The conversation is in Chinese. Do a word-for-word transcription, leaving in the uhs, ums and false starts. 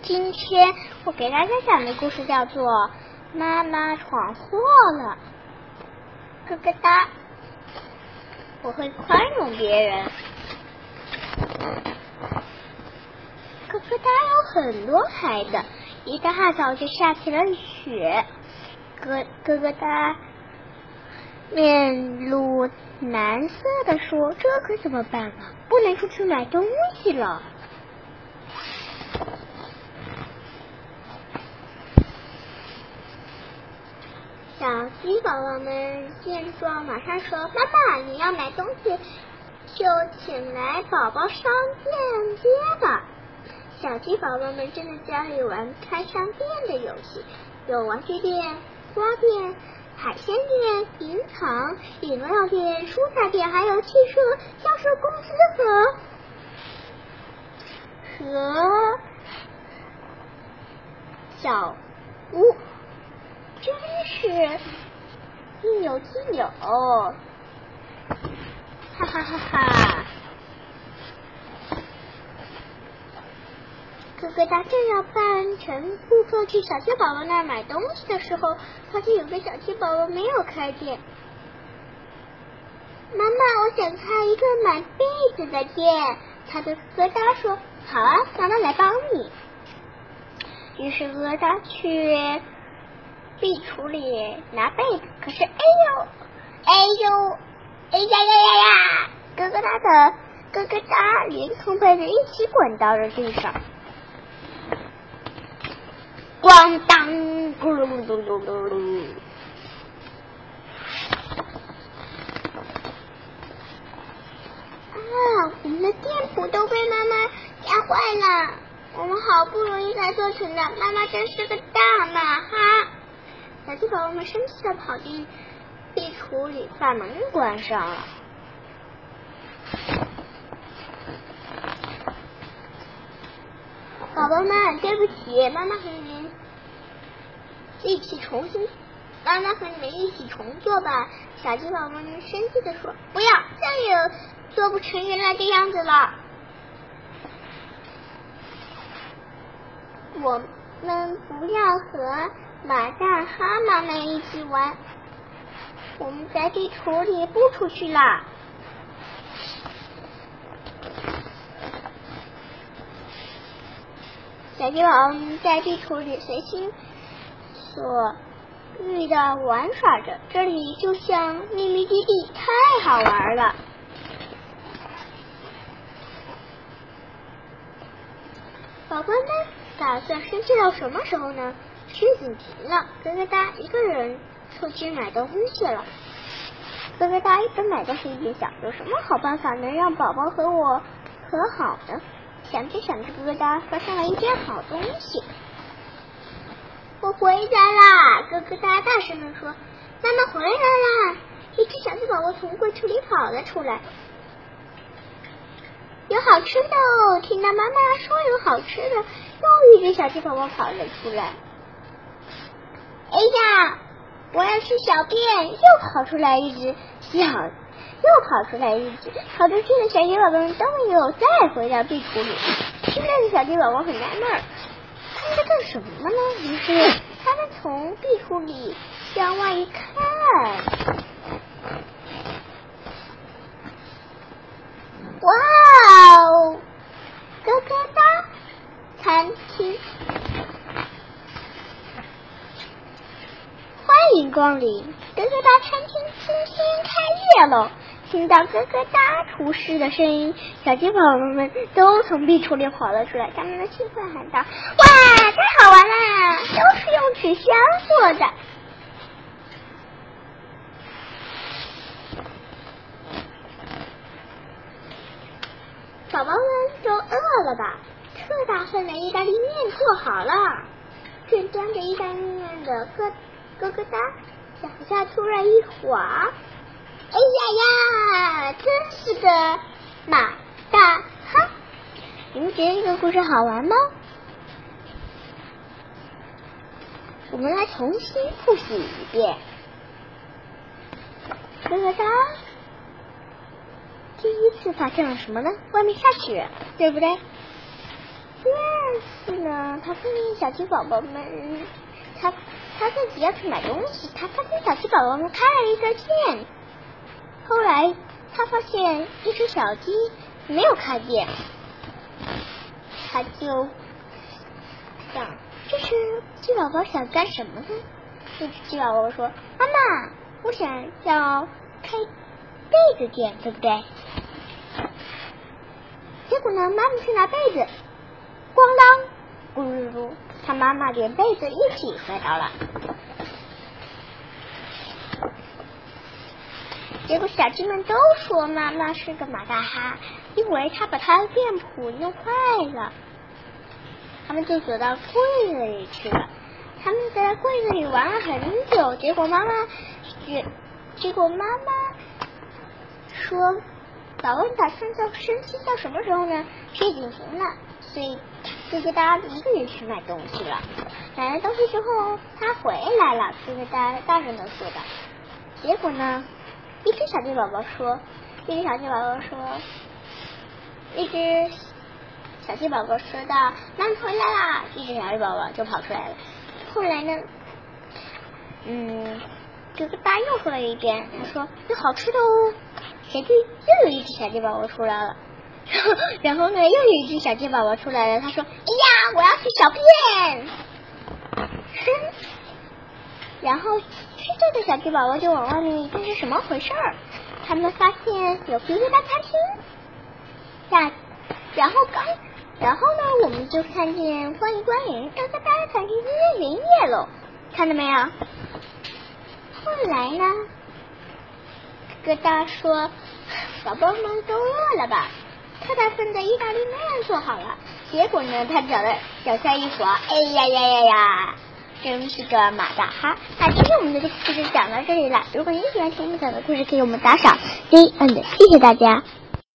今天我给大家讲的故事叫做《妈妈闯祸了》。咯咯哒，我会宽容别人。咯咯哒有很多孩子，一大早就下起了雪。咯咯咯哒面露难色的说：“这可怎么办啊？不能出去买东西了。”小鸡宝宝们见状，马上说：“妈妈，你要买东西，就请来宝宝商店街吧。”小鸡宝宝们正在家里玩开商店的游戏，有玩具店、花店、海鲜店、银行、饮料店、蔬菜店，还有汽车销售公司和和小屋。真是应有尽有，哈哈哈哈！咯咯哒正要扮成顾客去小鸡宝宝那儿买东西的时候，发现有个小鸡宝宝没有开店。妈妈，我想开一个买被子的店。他对咯咯哒说：“好啊，妈妈来帮你。”于是咯咯哒去壁橱里拿被子，可是哎呦哎呦哎呀呀呀呀！咯咯哒的咯咯哒连同被子一起滚到了地上，咣当咕噜噜噜噜噜噜！啊，我们的店铺都被妈妈压坏了，我们好不容易才做成的，妈妈真是个大马哈！小鸡宝宝们生气的跑进壁橱里，把门关上了。宝宝们，对不起，妈妈和你们一起重新，妈妈和你们一起重做吧。小鸡宝宝们生气的说：“不要，再也做不成原来的样子了。我们不要和马大哈妈们一起玩，我们在地图里不出去啦。”小鸡宝宝们在地图里随心所欲的玩耍着，这里就像秘密基地，太好玩了。宝宝们打算生气到什么时候呢？事情停了，咯咯哒一个人出去买东西了。咯咯哒一边买东西一边想，有什么好办法能让宝宝和我和好呢？想着想着，咯咯哒发现了一件好东西。我回来啦！咯咯哒大声地说：“妈妈回来啦！”一只小鸡宝宝从柜橱里跑了出来。有好吃的哦！听到妈妈说有好吃的，又一只小鸡宝宝跑了出来。哎呀，我要吃小便！又跑出来一只小，又跑出来一只，跑出去的小鸡宝宝们都没有再回到壁橱里。现在的小鸡宝宝很纳闷，他们在干什么呢？于是他们从壁橱里向外一看，哇哦！咯咯哒餐厅，欢迎光临！咯咯哒餐厅今天开业喽！听到咯咯哒厨师的声音，小鸡宝宝们都从壁橱里跑了出来，他们的兴奋喊道：“哇，太好玩啦！都是用纸箱做的。”宝宝们都饿了吧？特大份的意大利面做好了，正端着意大利面的咯咯咯哒脚下突然一滑，哎呀呀，真是个马大哈！你们觉得这个故事好玩吗？我们来重新复习一遍。咯咯哒第一次发现了什么呢？外面下雪，对不对？ Yes 次呢，他发现小鸡宝宝们，他他自己要去买东西，他发现小鸡宝宝们开了一根线。后来他发现一只小鸡没有开店，他就想，这只鸡宝宝想干什么呢？这只鸡宝宝说：“妈妈，我想要开被子店，对不对？”结果呢，妈妈去拿被子，咣当，咕噜噜，他妈妈连被子一起摔倒了。结果小鸡们都说妈妈是个马大哈，因为她把她的店铺弄坏了。他们就走到柜子里去了。他们在柜子里玩了很久，结果妈妈，结结果妈妈说，宝宝打算到生气到什么时候呢？是已经停了，所以哥哥大一个人去买东西了。买了东西之后，他回来了，哥哥大大声的说的。结果呢，一只小鸡宝宝说，一只小鸡宝宝说，一只小鸡宝宝说道：“妈妈回来啦！”一只小鸡宝宝就跑出来了。后来呢，嗯，哥哥大又说了一遍，他说有好吃的哦。谁知又有一只小鸡宝宝出来了，然后然后呢，又有一只小鸡宝宝出来了。他说：“哎呀，我要去小便。”然后吃这的小鸡宝宝就往外面一看是什么回事儿，他们发现有皮皮大餐厅。下，然后刚，然后呢，我们就看见欢迎光临嘎嘎哒餐厅今天营业喽，看到没有？后来呢，哥大说，宝宝们都饿了吧？特大份的意大利面做好了。结果呢，他脚的脚下一滑，哎呀呀呀呀！真是个马大哈！那今天我们的故事讲到这里了。如果你喜欢听我们讲的故事，给我们打赏 D N 谢谢大家。